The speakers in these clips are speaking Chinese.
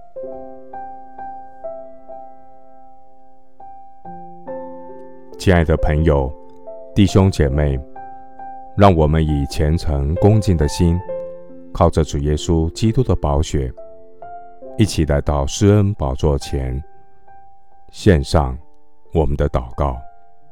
亲爱的朋友、弟兄姐妹，让我们以虔诚恭敬的心，靠着主耶稣基督的宝血，一起来到施恩宝座前，献上我们的祷告。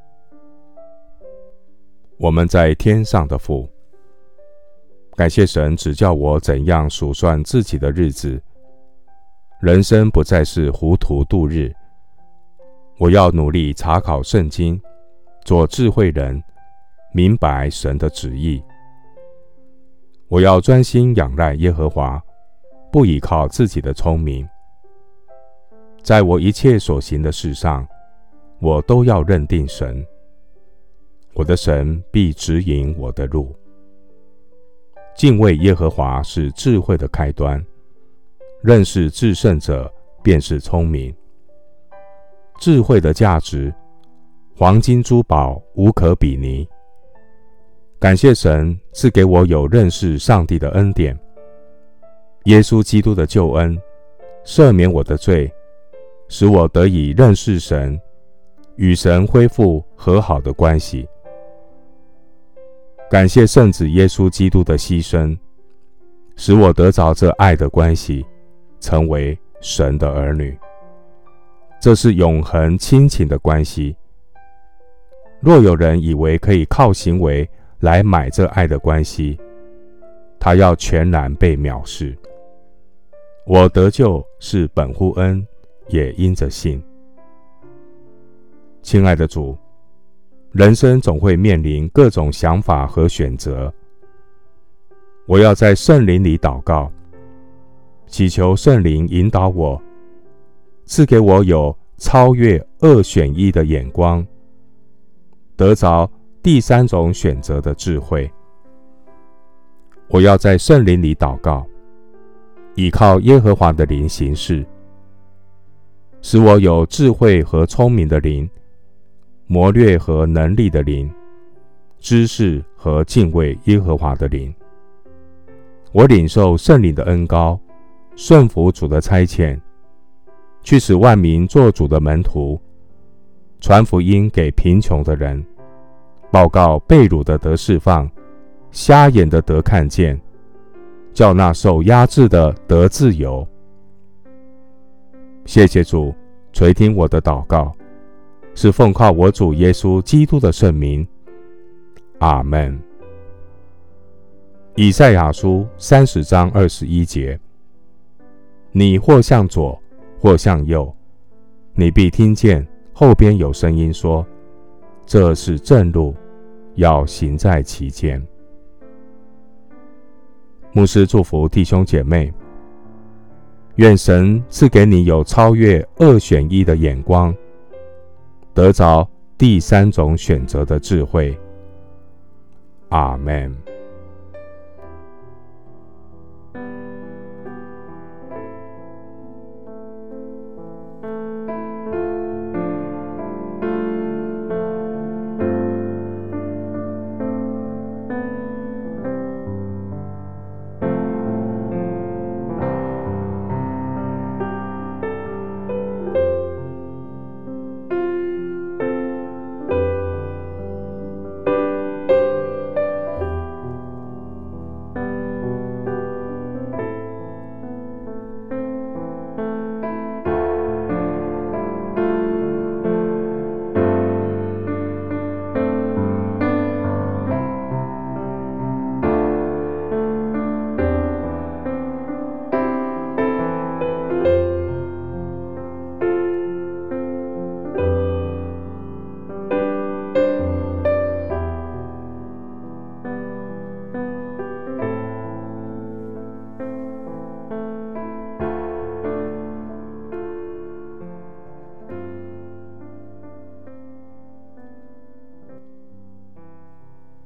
我们在天上的父，感谢神指教我怎样数算自己的日子，人生不再是糊涂度日。我要努力查考圣经，做智慧人，明白神的旨意。我要专心仰赖耶和华，不倚靠自己的聪明。在我一切所行的事上，我都要认定神。我的神必指引我的路。敬畏耶和华是智慧的开端，认识至圣者便是聪明。智慧的价值，黄金珠宝无可比拟。感谢神赐给我有认识上帝的恩典，耶稣基督的救恩赦免我的罪，使我得以认识神，与神恢复和好的关系。感谢圣子耶稣基督的牺牲，使我得着这爱的关系，成为神的儿女。这是永恒亲情的关系。若有人以为可以靠行为来买这爱的关系，他要全然被藐视。我得救是本乎恩，也因着信。亲爱的主，人生总会面临各种想法和选择。我要在圣灵里祷告，祈求圣灵引导我，赐给我有超越二选一的眼光，得着第三种选择的智慧。我要在圣灵里祷告，倚靠耶和华的灵行事，使我有智慧和聪明的灵，谋略和能力的灵，知识和敬畏耶和华的灵。我领受圣灵的恩膏，顺服主的差遣，去使万民做主的门徒，传福音给贫穷的人，报告被掳的得释放，瞎眼的得看见，叫那受压制的得自由。谢谢主垂听我的祷告，是奉靠我主耶稣基督的圣名。阿们。以赛亚书30章21节：你或向左，或向右，你必听见后边有声音说，这是正路，要行在其间。牧师祝福弟兄姐妹，愿神赐给你有超越二选一的眼光，得着第三种选择的智慧。阿们。